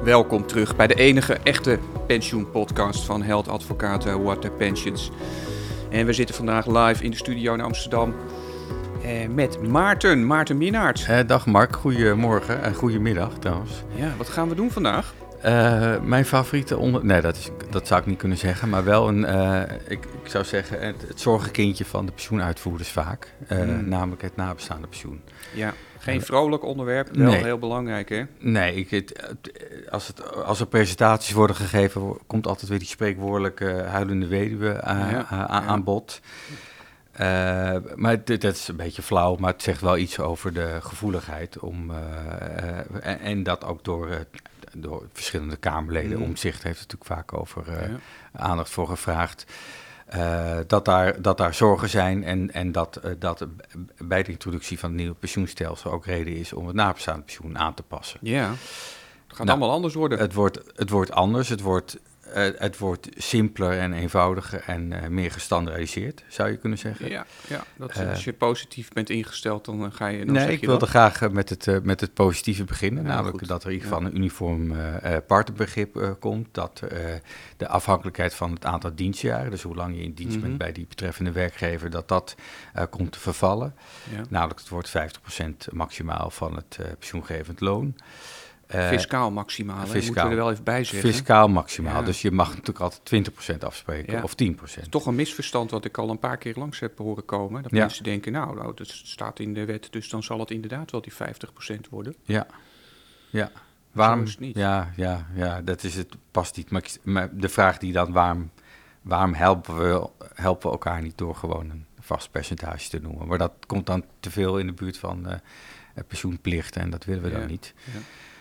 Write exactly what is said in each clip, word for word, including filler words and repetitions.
Welkom terug bij de enige echte pensioenpodcast van Held Advocaten What the Pensions. En we zitten vandaag live in de studio in Amsterdam eh, met Maarten, Maarten Minnaert. Uh, dag Mark, goedemorgen en goedemiddag trouwens. Ja, wat gaan we doen vandaag? Uh, mijn favoriete onder... Nee, dat, is, dat zou ik niet kunnen zeggen, maar wel een, uh, ik, ik zou zeggen, het, het zorgenkindje van de pensioenuitvoerders vaak. Uh, hmm. Namelijk het nabestaande pensioen. Ja, geen vrolijk onderwerp, wel nee. heel belangrijk hè? Nee, ik, het, als, het, als er presentaties worden gegeven, komt altijd weer die spreekwoordelijke huilende weduwe aan, ja, aan, ja. aan bod. Uh, maar dat is een beetje flauw, maar het zegt wel iets over de gevoeligheid om, uh, uh, en, en dat ook door... Uh, door verschillende Kamerleden. Mm. Omtzigt heeft er natuurlijk vaak over uh, ja. aandacht voor gevraagd. Uh, dat, daar, dat daar zorgen zijn en, en dat, uh, dat bij de introductie van het nieuwe pensioenstelsel ook reden is om het nabestaande pensioen aan te passen. Ja, het gaat nou, allemaal anders worden. Het wordt, het wordt anders, het wordt, uh, het wordt simpeler en eenvoudiger en uh, meer gestandaardiseerd, zou je kunnen zeggen. Ja, ja dat, uh, als je positief bent ingesteld, dan ga je... Dan nee, zeg je ik wilde dat. graag uh, met, het, uh, met het positieve beginnen. Ja, namelijk goed. dat er in ieder geval ja. een uniform uh, partnerbegrip uh, komt. Dat uh, de afhankelijkheid van het aantal dienstjaren, dus hoe lang je in dienst mm-hmm. bent bij die betreffende werkgever, dat dat uh, komt te vervallen. Ja. Namelijk het wordt vijftig procent maximaal van het uh, pensioengevend loon. Uh, fiscaal maximaal, fiscaal, moeten we er wel even bij zeggen. Fiscaal maximaal, ja. Dus je mag natuurlijk altijd twintig procent afspreken ja. of tien procent. Toch een misverstand wat ik al een paar keer langs heb horen komen. Dat ja. mensen denken, nou, nou, dat staat in de wet, dus dan zal het inderdaad wel die vijftig procent worden. Ja, ja. Waarom? Zo is het niet. Ja, ja, ja, dat is het, past niet. Maar, maar de vraag die dan, waarom, waarom helpen, we, helpen we elkaar niet door gewoon een vast percentage te noemen? Maar dat komt dan te veel in de buurt van uh, pensioenplichten en dat willen we ja. dan niet. Ja.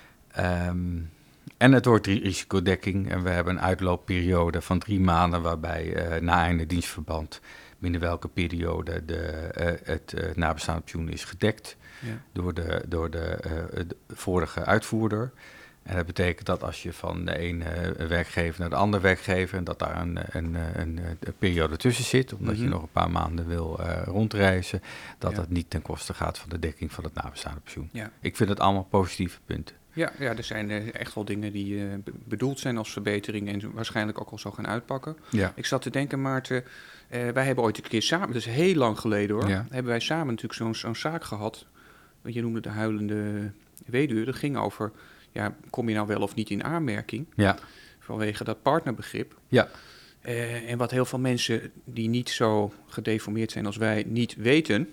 Um, en het wordt risicodekking en we hebben een uitloopperiode van drie maanden waarbij uh, na einde dienstverband binnen welke periode de, uh, het uh, nabestaande pensioen is gedekt ja. door, de, door de, uh, de vorige uitvoerder. En dat betekent dat als je van de ene uh, werkgever naar de andere werkgever en dat daar een, een, een, een periode tussen zit, omdat mm-hmm. je nog een paar maanden wil uh, rondreizen, dat ja. dat niet ten koste gaat van de dekking van het nabestaande pensioen. Ja. Ik vind het allemaal positieve punten. Ja, ja, er zijn uh, echt wel dingen die uh, bedoeld zijn als verbetering en waarschijnlijk ook al zo gaan uitpakken. Ja. Ik zat te denken, Maarten, uh, wij hebben ooit een keer samen, dat is heel lang geleden hoor, ja. hebben wij samen natuurlijk zo'n, zo'n zaak gehad, wat je noemde de huilende weduwe, dat ging over, ja, kom je nou wel of niet in aanmerking, ja. vanwege dat partnerbegrip. Ja. Uh, en wat heel veel mensen die niet zo gedeformeerd zijn als wij niet weten,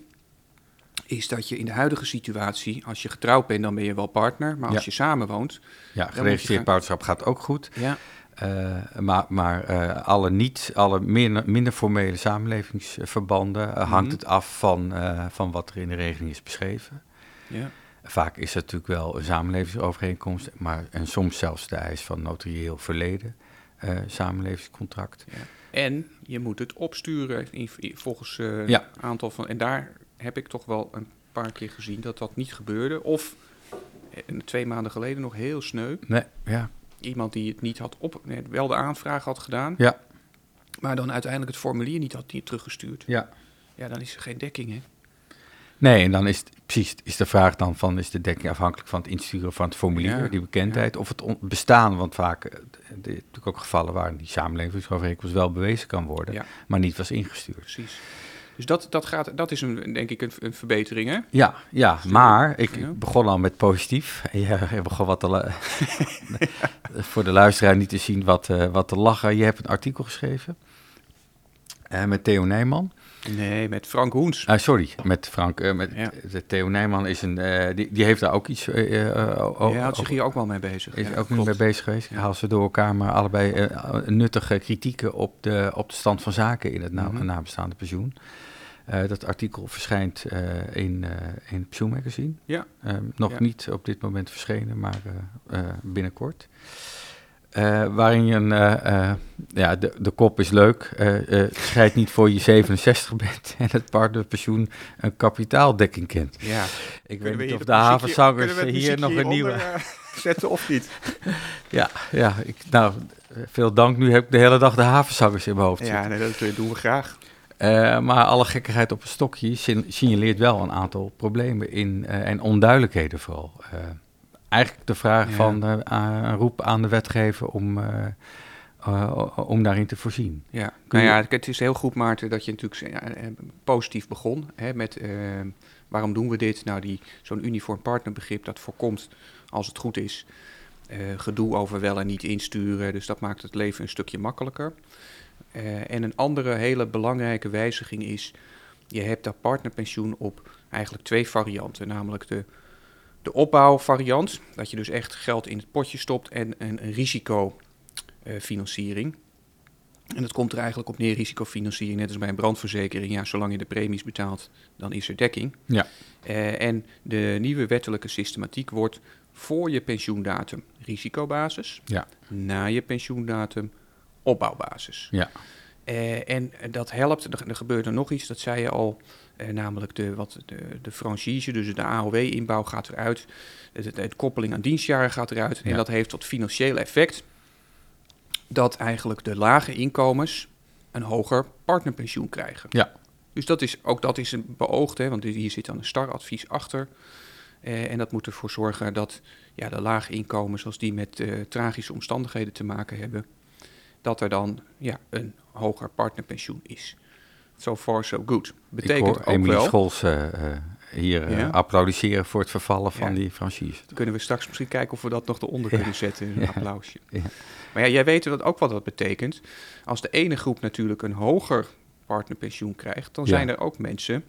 is dat je in de huidige situatie, als je getrouwd bent, dan ben je wel partner. Maar als ja. je samenwoont... Ja, geregistreerd gaan... partnerschap gaat ook goed. Ja. Uh, maar maar uh, alle, niet, alle minder, minder formele samenlevingsverbanden uh, mm-hmm. hangt het af van, uh, van wat er in de regeling is beschreven. Ja. Vaak is het natuurlijk wel een samenlevingsovereenkomst, maar en soms zelfs de eis van notarieel verleden uh, samenlevingscontract. Ja. En je moet het opsturen in, volgens een uh, ja. aantal van... En daar heb ik toch wel een paar keer gezien dat dat niet gebeurde. Of uh, twee maanden geleden nog heel sneu. Nee, ja. Iemand die het niet had op... Nee, wel de aanvraag had gedaan. Ja. Maar dan uiteindelijk het formulier niet had niet teruggestuurd. Ja. Ja, dan is er geen dekking, hè? Nee, en dan is het, precies is de vraag dan van, is de dekking afhankelijk van het insturen van het formulier, ja, die bekendheid, ja. of het on- bestaan, want vaak, er zijn natuurlijk ook gevallen waar die samenlevingsovereenkomst wel bewezen kan worden, ja. maar niet was ingestuurd. Precies. Dus dat, dat, gaat, dat is een, denk ik een, een verbetering, hè? Ja, ja, maar ik ja. begon al met positief. Ja, je begon wat te la- ja. voor de luisteraar niet te zien wat, uh, wat te lachen. Je hebt een artikel geschreven uh, met Theo Nijman. Nee, met Frank Hoens. Uh, sorry, met Frank. Uh, met, ja. Theo Nijman is een, uh, die, die heeft daar ook iets... Uh, uh, uh, ja, had zich hier ook wel mee bezig. Is ja, ook niet mee bezig geweest. Ja. Haal ze door elkaar, maar allebei uh, nuttige kritieken op de, op de stand van zaken in het na- mm-hmm. nabestaande pensioen. Uh, dat artikel verschijnt uh, in, uh, in het Pensioenmagazine. Ja. Uh, nog ja. niet op dit moment verschenen, maar uh, uh, binnenkort. Uh, waarin je een, uh, uh, ja, de, de kop is leuk, uh, uh, scheid niet voor je zevenenzestig bent en het partnerpensioen een kapitaaldekking kent. Ja. Ik weet niet of de havenzangers hier nog een nieuwe... Uh, zetten of niet? ja, ja ik, nou, veel dank. Nu heb ik de hele dag de havenzangers in mijn hoofd zitten. Ja, nee, dat doen we graag. Uh, maar alle gekkigheid op een stokje signaleert wel een aantal problemen in, uh, en onduidelijkheden vooral. Uh, eigenlijk de vraag ja. van uh, een roep aan de wetgever om, uh, uh, om daarin te voorzien. Ja, nou ja, het is heel goed, Maarten, dat je natuurlijk uh, positief begon hè, met uh, waarom doen we dit? Nou, die, zo'n uniform partnerbegrip, dat voorkomt, als het goed is, uh, gedoe over wel en niet insturen. Dus dat maakt het leven een stukje makkelijker. Uh, en een andere hele belangrijke wijziging is, je hebt dat partnerpensioen op eigenlijk twee varianten, namelijk de De opbouwvariant, dat je dus echt geld in het potje stopt en een, een risicofinanciering. Uh, en dat komt er eigenlijk op neer, risicofinanciering, net als bij een brandverzekering. Ja, zolang je de premies betaalt, dan is er dekking. Ja. Uh, en de nieuwe wettelijke systematiek wordt voor je pensioendatum risicobasis, ja. na je pensioendatum opbouwbasis. Ja. Uh, en dat helpt, er, er gebeurt er nog iets, dat zei je al, uh, namelijk de, wat, de, de franchise, dus de A O W-inbouw gaat eruit, de, de, de koppeling aan dienstjaren gaat eruit. Ja. En dat heeft tot financieel effect dat eigenlijk de lage inkomens een hoger partnerpensioen krijgen. Ja. Dus dat is, ook dat is een beoogd, hè, want hier zit dan een staradvies achter. Uh, en dat moet ervoor zorgen dat ja, de lage inkomens, zoals die met uh, tragische omstandigheden te maken hebben, dat er dan ja, een hoger partnerpensioen is. So far, so good. Betekent Ik hoor ook Emilie wel... Scholz uh, hier uh, ja. applaudisseren voor het vervallen van ja. die franchise. Dan kunnen we straks misschien kijken of we dat nog eronder ja. kunnen zetten, een ja. applausje. Ja. Maar ja, jij weet dat ook wat dat betekent. Als de ene groep natuurlijk een hoger partnerpensioen krijgt, dan ja. zijn er ook mensen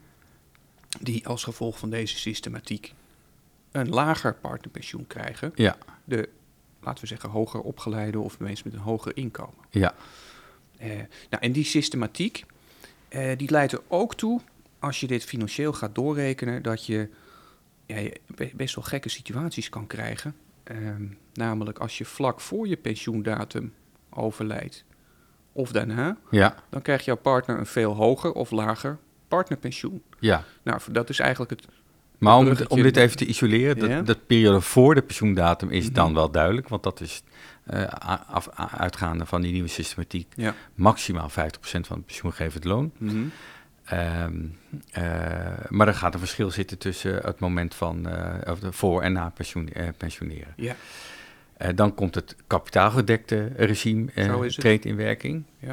die als gevolg van deze systematiek een lager partnerpensioen krijgen. Ja. De, laten we zeggen, hoger opgeleide of mensen met een hoger inkomen. Ja. Uh, nou, en die systematiek, uh, die leidt er ook toe, als je dit financieel gaat doorrekenen, dat je, ja, je best wel gekke situaties kan krijgen. Uh, namelijk als je vlak voor je pensioendatum overlijdt of daarna, ja. dan krijgt jouw partner een veel hoger of lager partnerpensioen. Ja. Nou, dat is eigenlijk het... Maar om, om dit even te isoleren, ja. dat, dat periode voor de pensioendatum is Mm-hmm. dan wel duidelijk, want dat is uh, af, uitgaande van die nieuwe systematiek ja. maximaal vijftig procent van het pensioengevend loon. Mm-hmm. Um, uh, maar er gaat een verschil zitten tussen het moment van uh, of de voor- en na pensioen, uh, pensioneren. Ja. Uh, dan komt het kapitaalgedekte regime uh, treedt in werking. Ja.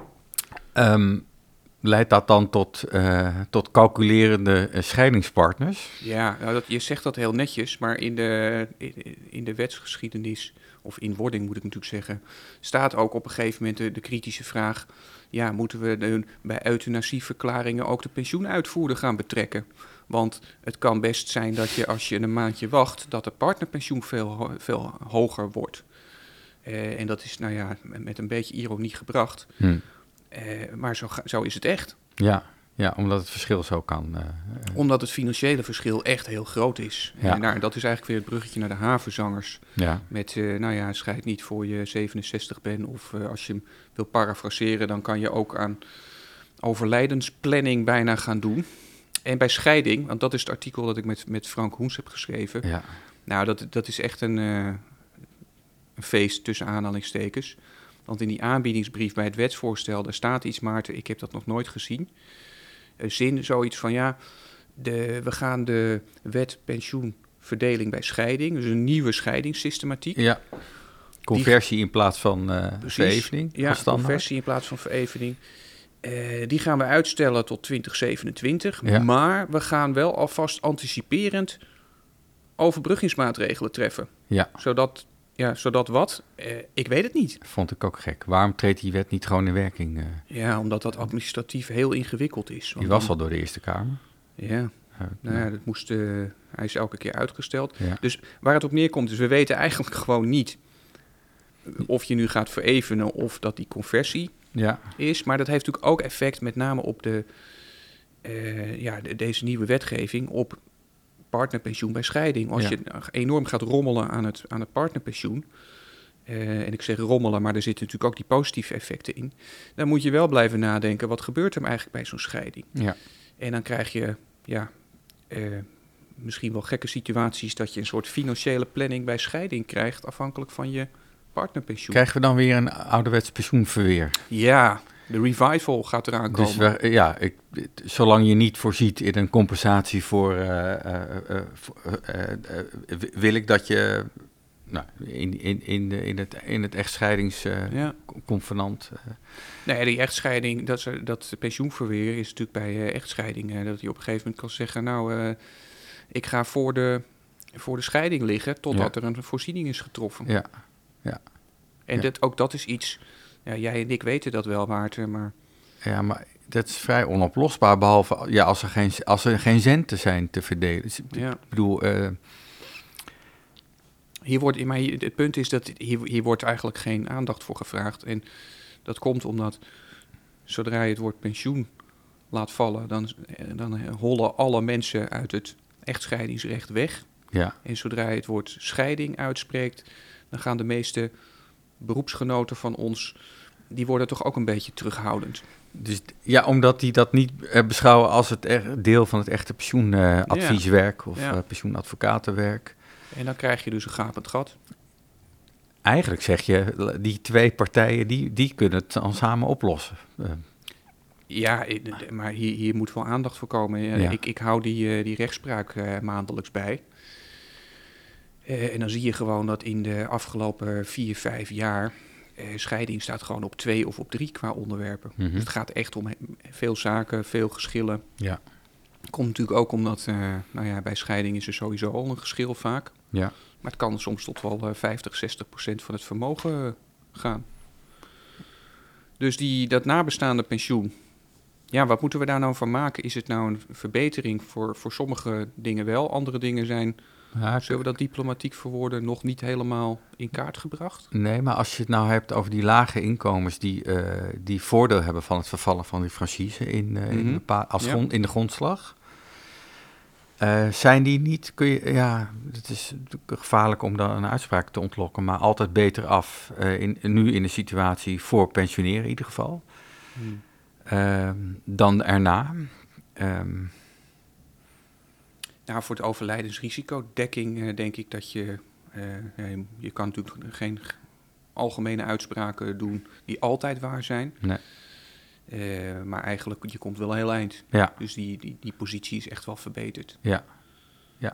Um, Leidt dat dan tot, uh, tot calculerende uh, scheidingspartners? Ja, nou dat, je zegt dat heel netjes, maar in de, in de wetsgeschiedenis, of in wording moet ik natuurlijk zeggen, staat ook op een gegeven moment de, de kritische vraag, ja, moeten we de, bij euthanasieverklaringen ook de pensioenuitvoerder gaan betrekken? Want het kan best zijn dat je als je een maandje wacht, dat de partnerpensioen veel, veel hoger wordt. Uh, en dat is, nou ja, met een beetje ironie gebracht. Hmm. Uh, maar zo, zo is het echt. Ja, ja, omdat het verschil zo kan. Uh, uh. Omdat het financiële verschil echt heel groot is. Ja. En nou, dat is eigenlijk weer het bruggetje naar de havenzangers. Ja. Met, uh, nou ja, scheid niet voor je zevenenzestig bent. Of uh, als je hem wil parafraseren, dan kan je ook aan overlijdensplanning bijna gaan doen. En bij scheiding, want dat is het artikel dat ik met, met Frank Hoens heb geschreven. Ja. Nou, dat, dat is echt een, uh, een feest tussen aanhalingstekens. Want in die aanbiedingsbrief bij het wetsvoorstel, daar staat iets, Maarten, ik heb dat nog nooit gezien. Een zin, zoiets van, ja, de, we gaan de wet pensioenverdeling bij scheiding, dus een nieuwe scheidingssystematiek. Ja, conversie die, in plaats van uh, verevening. Ja, van conversie in plaats van verevening. Uh, die gaan we uitstellen tot twintig zevenentwintig, ja. maar we gaan wel alvast anticiperend overbruggingsmaatregelen treffen. Ja. Zodat... Ja, zodat wat? Uh, ik weet het niet. Vond ik ook gek. Waarom treedt die wet niet gewoon in werking? Uh? Ja, omdat dat administratief heel ingewikkeld is. Die was al door de Eerste Kamer. Ja, uh, nou ja, dat moest, uh, hij is elke keer uitgesteld. Ja. Dus waar het op neerkomt, is we weten eigenlijk gewoon niet of je nu gaat verevenen of dat die conversie ja. is. Maar dat heeft natuurlijk ook effect met name op de, uh, ja, de, deze nieuwe wetgeving op partnerpensioen bij scheiding. Als ja. je enorm gaat rommelen aan het, aan het partnerpensioen, uh, en ik zeg rommelen, maar er zitten natuurlijk ook die positieve effecten in, dan moet je wel blijven nadenken, wat gebeurt er eigenlijk bij zo'n scheiding? Ja. En dan krijg je, ja, uh, misschien wel gekke situaties dat je een soort financiële planning bij scheiding krijgt, afhankelijk van je partnerpensioen. Krijgen we dan weer een ouderwets pensioenverweer? Ja. De revival gaat eraan komen. Dus we, ja, ik, zolang je niet voorziet in een compensatie voor, uh, uh, uh, voor uh, uh, wil ik dat je nou, in, in, in, de, in, het, in het echtscheidingsconvenant... Uh, ja. uh. Nee, die echtscheiding, dat, dat pensioenverweer is natuurlijk bij uh, echtscheiding, uh, dat je op een gegeven moment kan zeggen, nou, uh, ik ga voor de, voor de scheiding liggen totdat ja. er een voorziening is getroffen. Ja, ja. En ja. Dat, ook dat is iets... Ja, jij en ik weten dat wel, Maarten, maar... Ja, maar dat is vrij onoplosbaar, behalve ja, als, er geen, als er geen centen zijn te verdelen. Dus, ja. Ik bedoel... Uh... Hier wordt, maar hier, het punt is dat hier, hier wordt eigenlijk geen aandacht voor gevraagd. En dat komt omdat zodra je het woord pensioen laat vallen... dan, dan hollen alle mensen uit het echtscheidingsrecht weg. Ja. En zodra je het woord scheiding uitspreekt... dan gaan de meeste... beroepsgenoten van ons, die worden toch ook een beetje terughoudend. Dus ja, omdat die dat niet uh, beschouwen als het er, deel van het echte pensioenadvieswerk uh, ja. of ja. uh, pensioenadvocatenwerk. En dan krijg je dus een gapend gat. Eigenlijk zeg je, die twee partijen, die, die kunnen het dan samen oplossen. Uh. Ja, maar hier, hier moet wel aandacht voor komen. Ja. Ik, ik hou die, uh, die rechtspraak uh, maandelijks bij. Uh, en dan zie je gewoon dat in de afgelopen vier, vijf jaar... Uh, scheiding staat gewoon op twee of op drie qua onderwerpen. Mm-hmm. Dus het gaat echt om veel zaken, veel geschillen. Ja. Komt natuurlijk ook omdat... Uh, nou ja, bij scheiding is er sowieso al een geschil vaak. Ja. Maar het kan soms tot wel uh, vijftig, zestig procent van het vermogen uh, gaan. Dus die, dat nabestaande pensioen... Ja, wat moeten we daar nou van maken? Is het nou een verbetering voor, voor sommige dingen wel? Andere dingen zijn... Ja, zullen we dat diplomatiek verwoorden nog niet helemaal in kaart gebracht? Nee, maar als je het nou hebt over die lage inkomens die, uh, die voordeel hebben van het vervallen van die franchise in, uh, mm-hmm. in, bepaal, als ja. grond, in de grondslag. Uh, zijn die niet, kun je, ja, het is gevaarlijk om dan een uitspraak te ontlokken, maar altijd beter af, uh, in, nu in de situatie voor pensioneren in ieder geval, mm. uh, dan erna. Um, Nou, voor het overlijdensrisicodekking uh, denk ik dat je... Uh, je... Je kan natuurlijk geen algemene uitspraken doen die altijd waar zijn. Nee. Uh, maar eigenlijk, je komt wel een heel eind. Ja. Dus die, die, die positie is echt wel verbeterd. Ja, ja.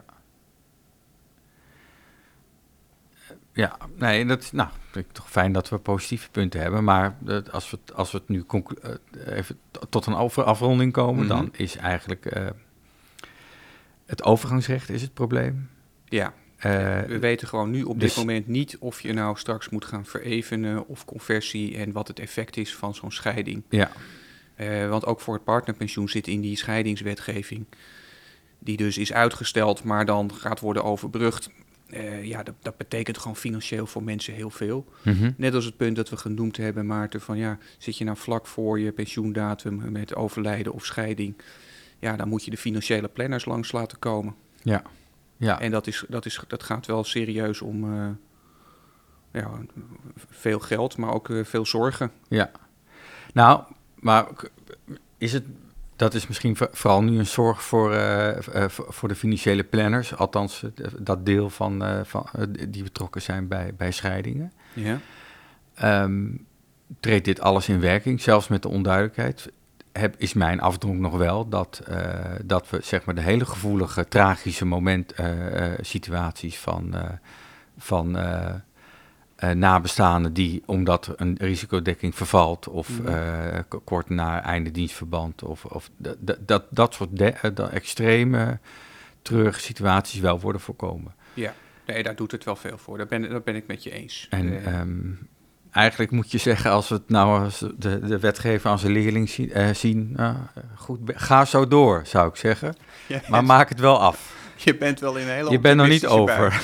Ja, nee, dat is nou, toch fijn dat we positieve punten hebben. Maar uh, als, we, als we het nu conclu- uh, even t- tot een over- afronding komen, mm-hmm. dan is eigenlijk... Uh, Het overgangsrecht is het probleem. Ja, uh, we weten gewoon nu op dus, dit moment niet of je nou straks moet gaan verevenen of conversie en wat het effect is van zo'n scheiding. Ja. Uh, want ook voor het partnerpensioen zit in die scheidingswetgeving, die dus is uitgesteld, maar dan gaat worden overbrugd. Uh, ja, dat, dat betekent gewoon financieel voor mensen heel veel. Mm-hmm. Net als het punt dat we genoemd hebben, Maarten, van ja, zit je nou vlak voor je pensioendatum met overlijden of scheiding... Ja, dan moet je de financiële planners langs laten komen. Ja, ja. En dat, is, dat, is, dat gaat wel serieus om uh, ja, veel geld, maar ook uh, veel zorgen. Ja, nou, maar is het, dat is misschien vooral nu een zorg voor, uh, uh, voor de financiële planners, althans uh, dat deel van, uh, van uh, die betrokken zijn bij, bij scheidingen. Ja. Um, treedt dit alles in werking, zelfs met de onduidelijkheid... Heb, is mijn afdronk nog wel dat, uh, dat we zeg maar de hele gevoelige, tragische moment, uh, uh, situaties van, uh, van uh, uh, nabestaanden die, omdat een risicodekking vervalt of mm. uh, k- kort na einde dienstverband of, of d- d- dat, dat soort de, uh, dat extreme, treurige situaties wel worden voorkomen. Ja, nee, daar doet het wel veel voor. Daar ben, daar ben ik met je eens. En uh, um, eigenlijk moet je zeggen, als we het nou als de, de wetgever aan zijn leerling zien, uh, zien uh, goed, ga zo door, zou ik zeggen. Yes. Maar maak het wel af. Je bent wel in een hele Je bent nog niet over.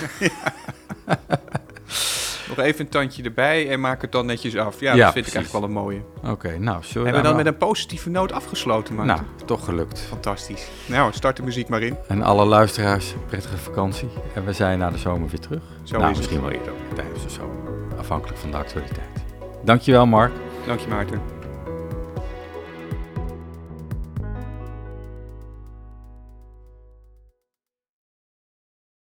Nog even een tandje erbij en maak het dan netjes af. Ja, ja dat vind precies. ik eigenlijk wel een mooie. Oké, okay, nou, zullen we Hebben we dan maar... met een positieve noot afgesloten, Maarten? Nou, toch gelukt. Fantastisch. Nou, start de muziek maar in. En alle luisteraars, prettige vakantie. En we zijn na de zomer weer terug. Zo nou, is misschien het. wel eerder tijdens de zomer, afhankelijk van de actualiteit. Dankjewel, Mark. Dank je, Maarten.